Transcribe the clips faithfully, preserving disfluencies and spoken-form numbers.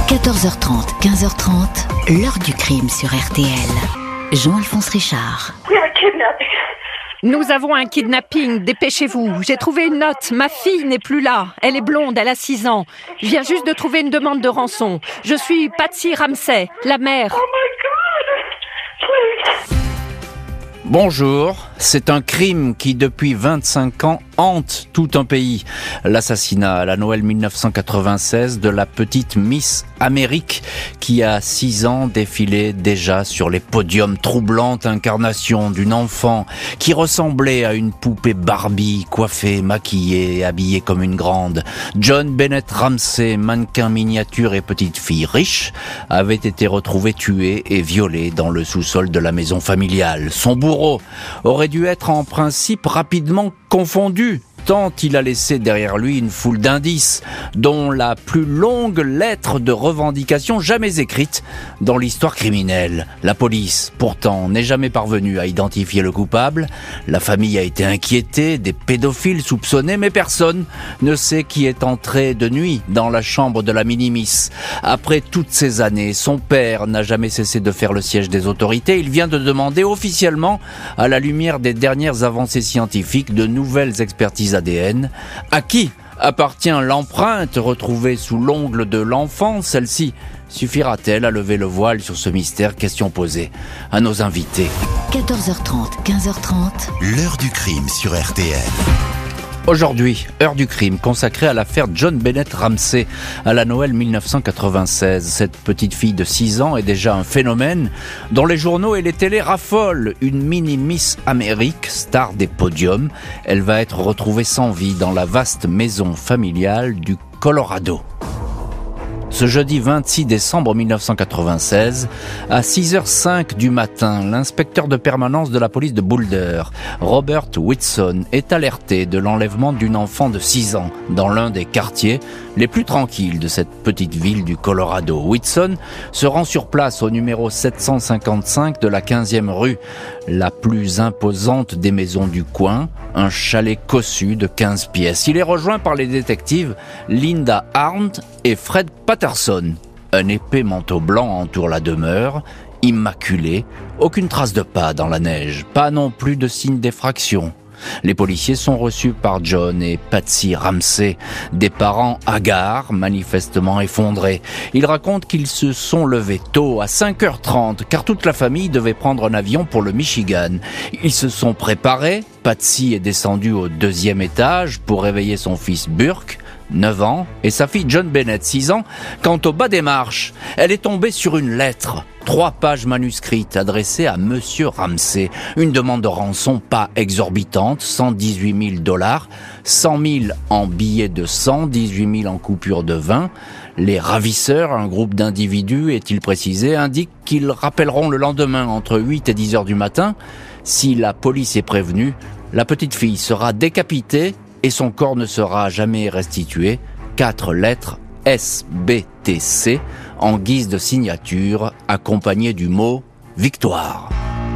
quatorze heures trente, quinze heures trente, l'heure du crime sur R T L. Jean-Alphonse Richard. Nous avons un kidnapping, dépêchez-vous. J'ai trouvé une note, ma fille n'est plus là. Elle est blonde, elle a six ans. Je viens juste de trouver une demande de rançon. Je suis Patsy Ramsey, la mère. Oh my God, please. Bonjour, c'est un crime qui depuis vingt-cinq ans hante tout un pays. L'assassinat à la Noël dix-neuf cent quatre-vingt-seize de la petite Miss Amérique qui a six ans défilait déjà sur les podiums, troublante incarnation d'une enfant qui ressemblait à une poupée Barbie, coiffée, maquillée et habillée comme une grande. John Bennett Ramsey, mannequin miniature et petite fille riche, avait été retrouvé tué et violé dans le sous-sol de la maison familiale. Son bourreau aurait dû être en principe rapidement confondu, tant il a laissé derrière lui une foule d'indices, dont la plus longue lettre de revendication jamais écrite dans l'histoire criminelle. La police, pourtant, n'est jamais parvenue à identifier le coupable. La famille a été inquiétée, des pédophiles soupçonnés, mais personne ne sait qui est entré de nuit dans la chambre de la mini-miss. Après toutes ces années, son père n'a jamais cessé de faire le siège des autorités. Il vient de demander officiellement, à la lumière des dernières avancées scientifiques, de nouvelles expertises A D N. À qui appartient l'empreinte retrouvée sous l'ongle de l'enfant? Celle-ci suffira-t-elle à lever le voile sur ce mystère? Question posée à nos invités. quatorze heures trente, quinze heures trente. L'heure du crime sur R T L. Aujourd'hui, heure du crime consacrée à l'affaire John Bennett Ramsey à la Noël dix-neuf cent quatre-vingt-seize. Cette petite fille de six ans est déjà un phénomène dont les journaux et les télés raffolent. Une mini Miss Amérique, star des podiums. Elle va être retrouvée sans vie dans la vaste maison familiale du Colorado. Ce jeudi vingt-six décembre mille neuf cent quatre-vingt-seize, à six heures cinq du matin, l'inspecteur de permanence de la police de Boulder, Robert Whitson, est alerté de l'enlèvement d'une enfant de six ans dans l'un des quartiers les plus tranquilles de cette petite ville du Colorado. Whitson se rend sur place au numéro sept cent cinquante-cinq de la quinzième rue, la plus imposante des maisons du coin, un chalet cossu de quinze pièces. Il est rejoint par les détectives Linda Arndt et Fred Patterson. Un épais manteau blanc entoure la demeure, immaculée, aucune trace de pas dans la neige, pas non plus de signe d'effraction. Les policiers sont reçus par John et Patsy Ramsey, des parents hagards, manifestement effondrés. Ils racontent qu'ils se sont levés tôt, à cinq heures trente, car toute la famille devait prendre un avion pour le Michigan. Ils se sont préparés. Patsy est descendue au deuxième étage pour réveiller son fils Burke, neuf ans, et sa fille John Bennett, six ans. Quant au bas des marches, elle est tombée sur une lettre, trois pages manuscrites adressées à Monsieur Ramsey. Une demande de rançon pas exorbitante, cent dix-huit mille dollars, cent mille en billets de cent, dix-huit mille en coupures de vingt. Les ravisseurs, un groupe d'individus, est-il précisé, indiquent qu'ils rappelleront le lendemain entre huit et dix heures du matin. Si la police est prévenue, la petite fille sera décapitée et son corps ne sera jamais restitué. Quatre lettres S B T C en guise de signature, accompagnées du mot « Victoire ».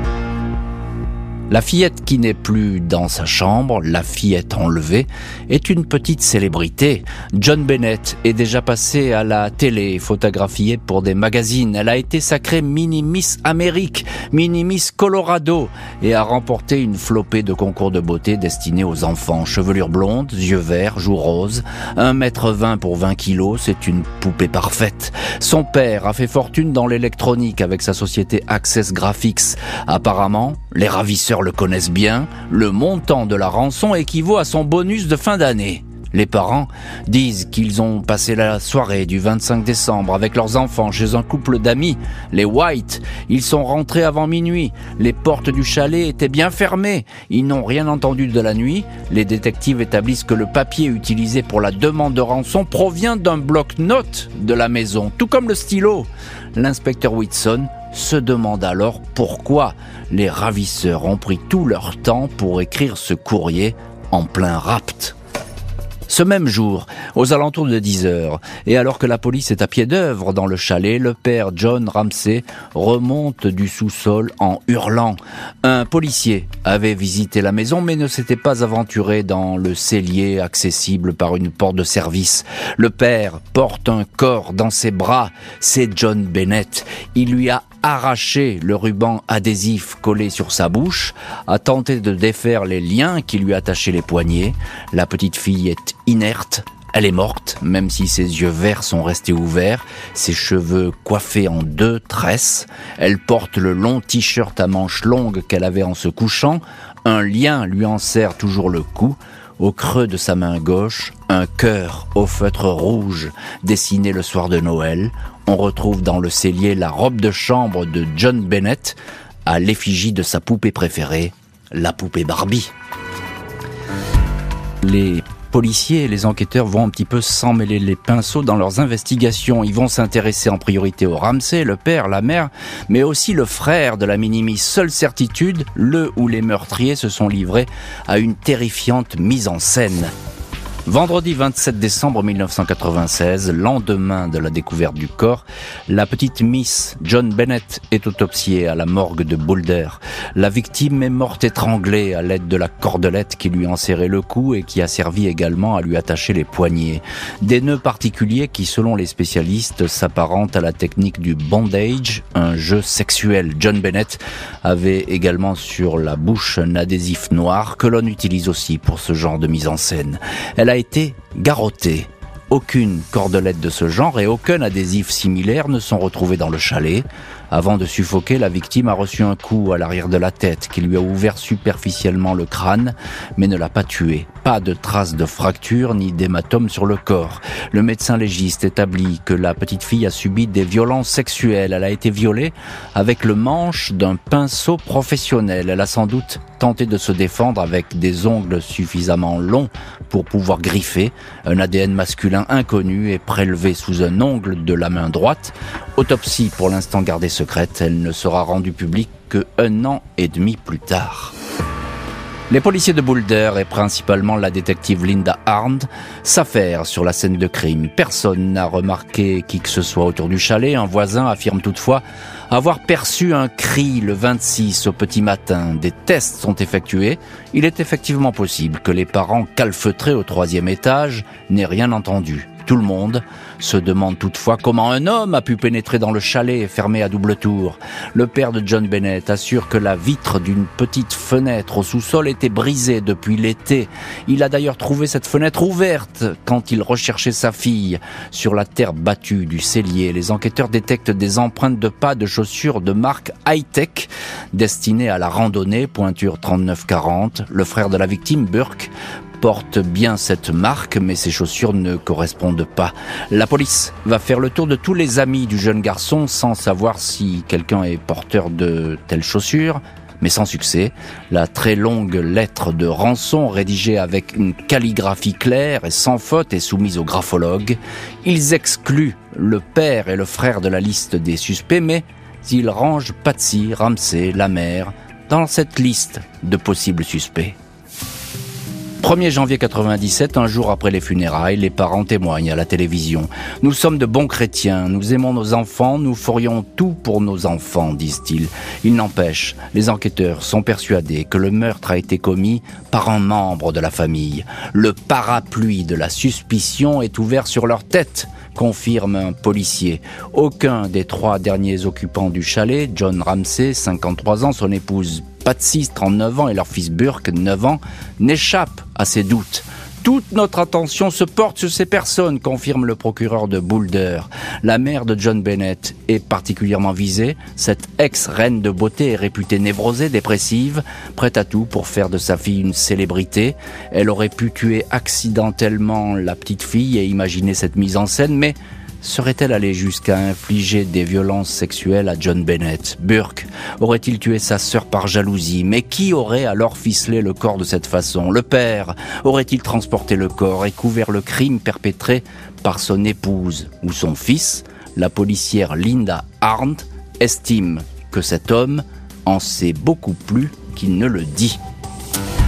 La fillette qui n'est plus dans sa chambre, la fillette enlevée, est une petite célébrité. John Bennett est déjà passée à la télé, photographiée pour des magazines. Elle a été sacrée Mini Miss Amérique, Mini Miss Colorado et a remporté une flopée de concours de beauté destinés aux enfants. Chevelure blonde, yeux verts, joues roses, un mètre vingt pour vingt kilos, c'est une poupée parfaite. Son père a fait fortune dans l'électronique avec sa société Access Graphics. Apparemment, les ravisseurs le connaissent bien, le montant de la rançon équivaut à son bonus de fin d'année. Les parents disent qu'ils ont passé la soirée du vingt-cinq décembre avec leurs enfants chez un couple d'amis, les White. Ils sont rentrés avant minuit. Les portes du chalet étaient bien fermées. Ils n'ont rien entendu de la nuit. Les détectives établissent que le papier utilisé pour la demande de rançon provient d'un bloc-notes de la maison, tout comme le stylo. L'inspecteur Whitson se demande alors pourquoi les ravisseurs ont pris tout leur temps pour écrire ce courrier en plein rapt. Ce même jour, aux alentours de dix heures, et alors que la police est à pied d'œuvre dans le chalet, le père John Ramsey remonte du sous-sol en hurlant. Un policier avait visité la maison mais ne s'était pas aventuré dans le cellier accessible par une porte de service. Le père porte un corps dans ses bras, c'est John Bennett. Il lui a arraché le ruban adhésif collé sur sa bouche, a tenté de défaire les liens qui lui attachaient les poignets. La petite fille est inerte, elle est morte, même si ses yeux verts sont restés ouverts, ses cheveux coiffés en deux tresses. Elle porte le long t-shirt à manches longues qu'elle avait en se couchant. Un lien lui en serre toujours le cou. Au creux de sa main gauche, un cœur au feutre rouge dessiné le soir de Noël. On retrouve dans le cellier la robe de chambre de John Bennett à l'effigie de sa poupée préférée, la poupée Barbie. Les policiers et les enquêteurs vont un petit peu s'emmêler les pinceaux dans leurs investigations. Ils vont s'intéresser en priorité au Ramsey, le père, la mère, mais aussi le frère de la mini-miss. Seule certitude, le ou les meurtriers se sont livrés à une terrifiante mise en scène. Vendredi vingt-sept décembre mille neuf cent quatre-vingt-seize, lendemain de la découverte du corps, la petite Miss John Bennett est autopsiée à la morgue de Boulder. La victime est morte étranglée à l'aide de la cordelette qui lui enserrait le cou et qui a servi également à lui attacher les poignets. Des nœuds particuliers qui, selon les spécialistes, s'apparentent à la technique du bondage, un jeu sexuel. John Bennett avait également sur la bouche un adhésif noir que l'on utilise aussi pour ce genre de mise en scène. Elle a été garrottée. Aucune cordelette de ce genre et aucun adhésif similaire ne sont retrouvés dans le chalet. Avant de suffoquer, la victime a reçu un coup à l'arrière de la tête qui lui a ouvert superficiellement le crâne, mais ne l'a pas tué. Pas de traces de fracture ni d'hématome sur le corps. Le médecin légiste établit que la petite fille a subi des violences sexuelles. Elle a été violée avec le manche d'un pinceau professionnel. Elle a sans doute tenté de se défendre avec des ongles suffisamment longs pour pouvoir griffer. Un A D N masculin inconnu est prélevé sous un ongle de la main droite. Autopsie pour l'instant gardée secrète, elle ne sera rendue publique qu'un an et demi plus tard. Les policiers de Boulder et principalement la détective Linda Arndt s'affairent sur la scène de crime. Personne n'a remarqué qui que ce soit autour du chalet. Un voisin affirme toutefois avoir perçu un cri le vingt-six au petit matin. Des tests sont effectués. Il est effectivement possible que les parents calfeutrés au troisième étage n'aient rien entendu. Tout le monde se demande toutefois comment un homme a pu pénétrer dans le chalet fermé à double tour. Le père de John Bennett assure que la vitre d'une petite fenêtre au sous-sol était brisée depuis l'été. Il a d'ailleurs trouvé cette fenêtre ouverte quand il recherchait sa fille. Sur la terre battue du cellier, les enquêteurs détectent des empreintes de pas de chaussures de marque high-tech destinées à la randonnée, pointure trente-neuf quarante. Le frère de la victime, Burke, porte bien cette marque, mais ses chaussures ne correspondent pas. La police va faire le tour de tous les amis du jeune garçon sans savoir si quelqu'un est porteur de telles chaussures, mais sans succès. La très longue lettre de rançon rédigée avec une calligraphie claire et sans faute est soumise au graphologue. Ils excluent le père et le frère de la liste des suspects, mais ils rangent Patsy, Ramsey, la mère, dans cette liste de possibles suspects. premier janvier quatre-vingt-dix-sept, un jour après les funérailles, les parents témoignent à la télévision. « Nous sommes de bons chrétiens, nous aimons nos enfants, nous ferions tout pour nos enfants, disent-ils. » Il n'empêche, les enquêteurs sont persuadés que le meurtre a été commis par un membre de la famille. Le parapluie de la suspicion est ouvert sur leur tête, confirme un policier. Aucun des trois derniers occupants du chalet, John Ramsey, cinquante-trois ans, son épouse Patsy, trente-neuf ans, et leur fils Burke, neuf ans, n'échappe à ces doutes. Toute notre attention se porte sur ces personnes, confirme le procureur de Boulder. La mère de John Bennett est particulièrement visée. Cette ex-reine de beauté est réputée névrosée, dépressive, prête à tout pour faire de sa fille une célébrité. Elle aurait pu tuer accidentellement la petite fille et imaginer cette mise en scène, mais serait-elle allée jusqu'à infliger des violences sexuelles à John Bennett? Burke aurait-il tué sa sœur par jalousie? Mais qui aurait alors ficelé le corps de cette façon? Le père aurait-il transporté le corps et couvert le crime perpétré par son épouse ou son fils? La policière Linda Arndt estime que cet homme en sait beaucoup plus qu'il ne le dit.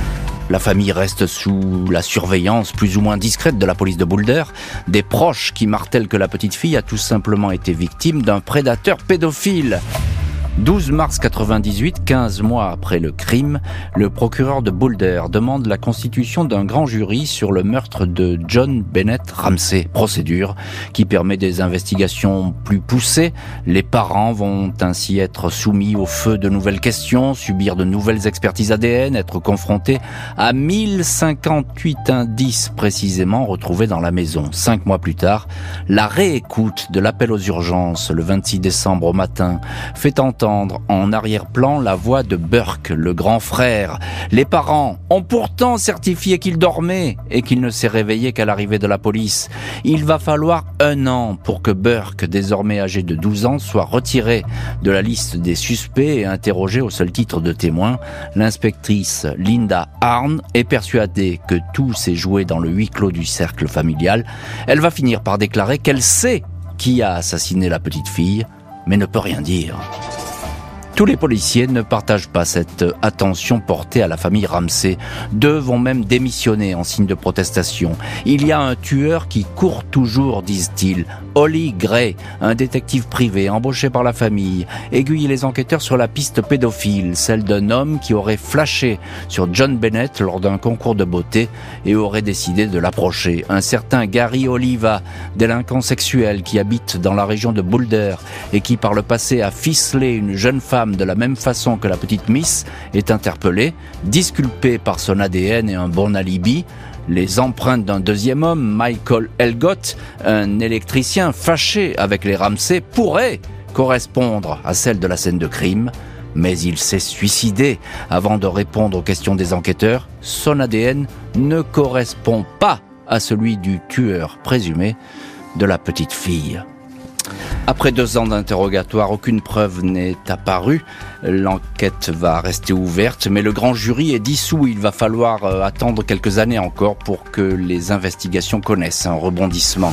La famille reste sous la surveillance plus ou moins discrète de la police de Boulder. Des proches qui martèlent que la petite fille a tout simplement été victime d'un prédateur pédophile. douze mars quatre-vingt-dix-huit, quinze mois après le crime, le procureur de Boulder demande la constitution d'un grand jury sur le meurtre de John Bennett Ramsey. Procédure qui permet des investigations plus poussées. Les parents vont ainsi être soumis au feu de nouvelles questions, subir de nouvelles expertises A D N, être confrontés à mille cinquante-huit indices précisément retrouvés dans la maison. Cinq mois plus tard, la réécoute de l'appel aux urgences le vingt-six décembre au matin fait entendre en arrière-plan la voix de Burke, le grand frère. Les parents ont pourtant certifié qu'il dormait et qu'il ne s'est réveillé qu'à l'arrivée de la police. Il va falloir un an pour que Burke, désormais âgé de douze ans, soit retiré de la liste des suspects et interrogé au seul titre de témoin. L'inspectrice Linda Arne est persuadée que tout s'est joué dans le huis clos du cercle familial. Elle va finir par déclarer qu'elle sait qui a assassiné la petite fille, mais ne peut rien dire. Tous les policiers ne partagent pas cette attention portée à la famille Ramsey. Deux vont même démissionner en signe de protestation. Il y a un tueur qui court toujours, disent-ils. Holly Gray, un détective privé embauché par la famille, aiguille les enquêteurs sur la piste pédophile, celle d'un homme qui aurait flashé sur John Bennett lors d'un concours de beauté et aurait décidé de l'approcher. Un certain Gary Oliva, délinquant sexuel qui habite dans la région de Boulder et qui par le passé a ficelé une jeune femme de la même façon que la petite Miss, est interpellé, disculpé par son A D N et un bon alibi. Les empreintes d'un deuxième homme, Michael Elgott, un électricien fâché avec les Ramsey, pourraient correspondre à celles de la scène de crime, mais il s'est suicidé avant de répondre aux questions des enquêteurs. Son A D N ne correspond pas à celui du tueur présumé de la petite fille. Après deux ans d'interrogatoire, aucune preuve n'est apparue. L'enquête va rester ouverte, mais le grand jury est dissous. Il va falloir attendre quelques années encore pour que les investigations connaissent un rebondissement.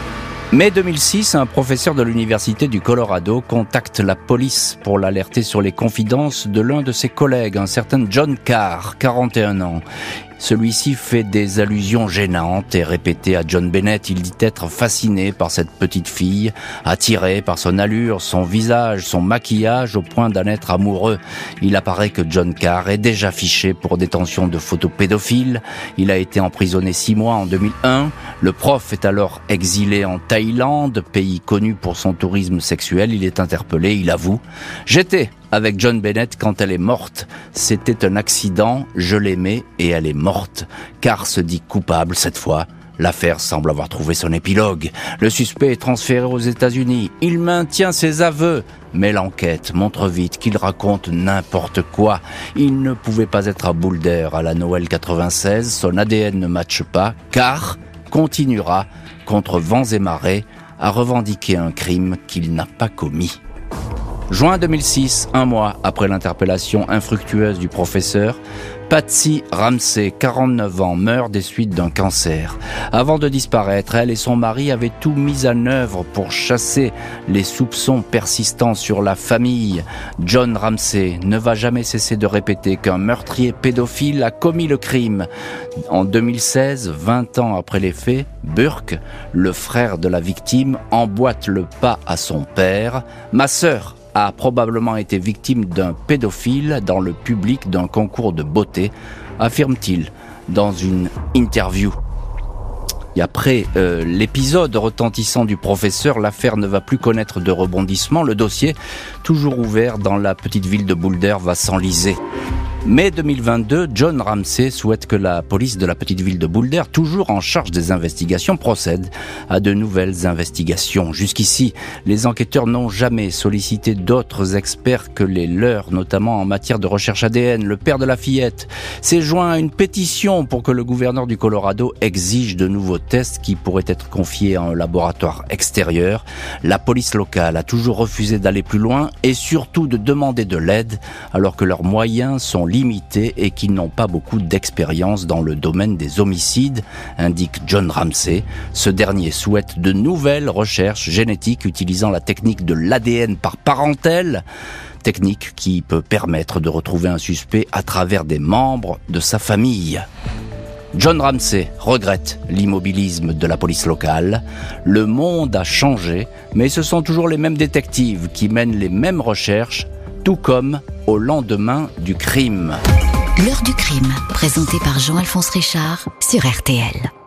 Mai deux mille six, un professeur de l'université du Colorado contacte la police pour l'alerter sur les confidences de l'un de ses collègues, un certain John Carr, quarante et un ans. Celui-ci fait des allusions gênantes et répétées à John Bennett. Il dit être fasciné par cette petite fille, attiré par son allure, son visage, son maquillage, au point d'en être amoureux. Il apparaît que John Carr est déjà fiché pour détention de photos pédophiles. Il a été emprisonné six mois en deux mille un. Le prof est alors exilé en Thaïlande, pays connu pour son tourisme sexuel. Il est interpellé, il avoue « J'étais avec John Bennett quand elle est morte. C'était un accident, je l'aimais et elle est morte. » Carr se dit coupable cette fois. L'affaire semble avoir trouvé son épilogue. Le suspect est transféré aux États-Unis. Il maintient ses aveux. Mais l'enquête montre vite qu'il raconte n'importe quoi. Il ne pouvait pas être à Boulder à la Noël quatre-vingt-seize. Son A D N ne matche pas. Carr continuera, contre vents et marées, à revendiquer un crime qu'il n'a pas commis. Juin deux mille six, un mois après l'interpellation infructueuse du professeur, Patsy Ramsey, quarante-neuf ans, meurt des suites d'un cancer. Avant de disparaître, elle et son mari avaient tout mis en œuvre pour chasser les soupçons persistants sur la famille. John Ramsey ne va jamais cesser de répéter qu'un meurtrier pédophile a commis le crime. En deux mille seize, vingt ans après les faits, Burke, le frère de la victime, emboîte le pas à son père. « Ma sœur a probablement été victime d'un pédophile dans le public d'un concours de beauté », affirme-t-il dans une interview. Et après euh, l'épisode retentissant du professeur, l'affaire ne va plus connaître de rebondissement. Le dossier, toujours ouvert dans la petite ville de Boulder, va s'enliser. Mai deux mille vingt-deux, John Ramsey souhaite que la police de la petite ville de Boulder, toujours en charge des investigations, procède à de nouvelles investigations. Jusqu'ici, les enquêteurs n'ont jamais sollicité d'autres experts que les leurs, notamment en matière de recherche A D N. Le père de la fillette s'est joint à une pétition pour que le gouverneur du Colorado exige de nouveaux tests qui pourraient être confiés à un laboratoire extérieur. La police locale a toujours refusé d'aller plus loin et surtout de demander de l'aide, alors que leurs moyens sont limités et qu'ils n'ont pas beaucoup d'expérience dans le domaine des homicides, indique John Ramsey. Ce dernier souhaite de nouvelles recherches génétiques utilisant la technique de l'A D N par parentèle. technique qui peut permettre de retrouver un suspect à travers des membres de sa famille. John Ramsey regrette l'immobilisme de la police locale. Le monde a changé, mais ce sont toujours les mêmes détectives qui mènent les mêmes recherches, tout comme au lendemain du crime. L'heure du crime, présenté par Jean-Alphonse Richard sur R T L.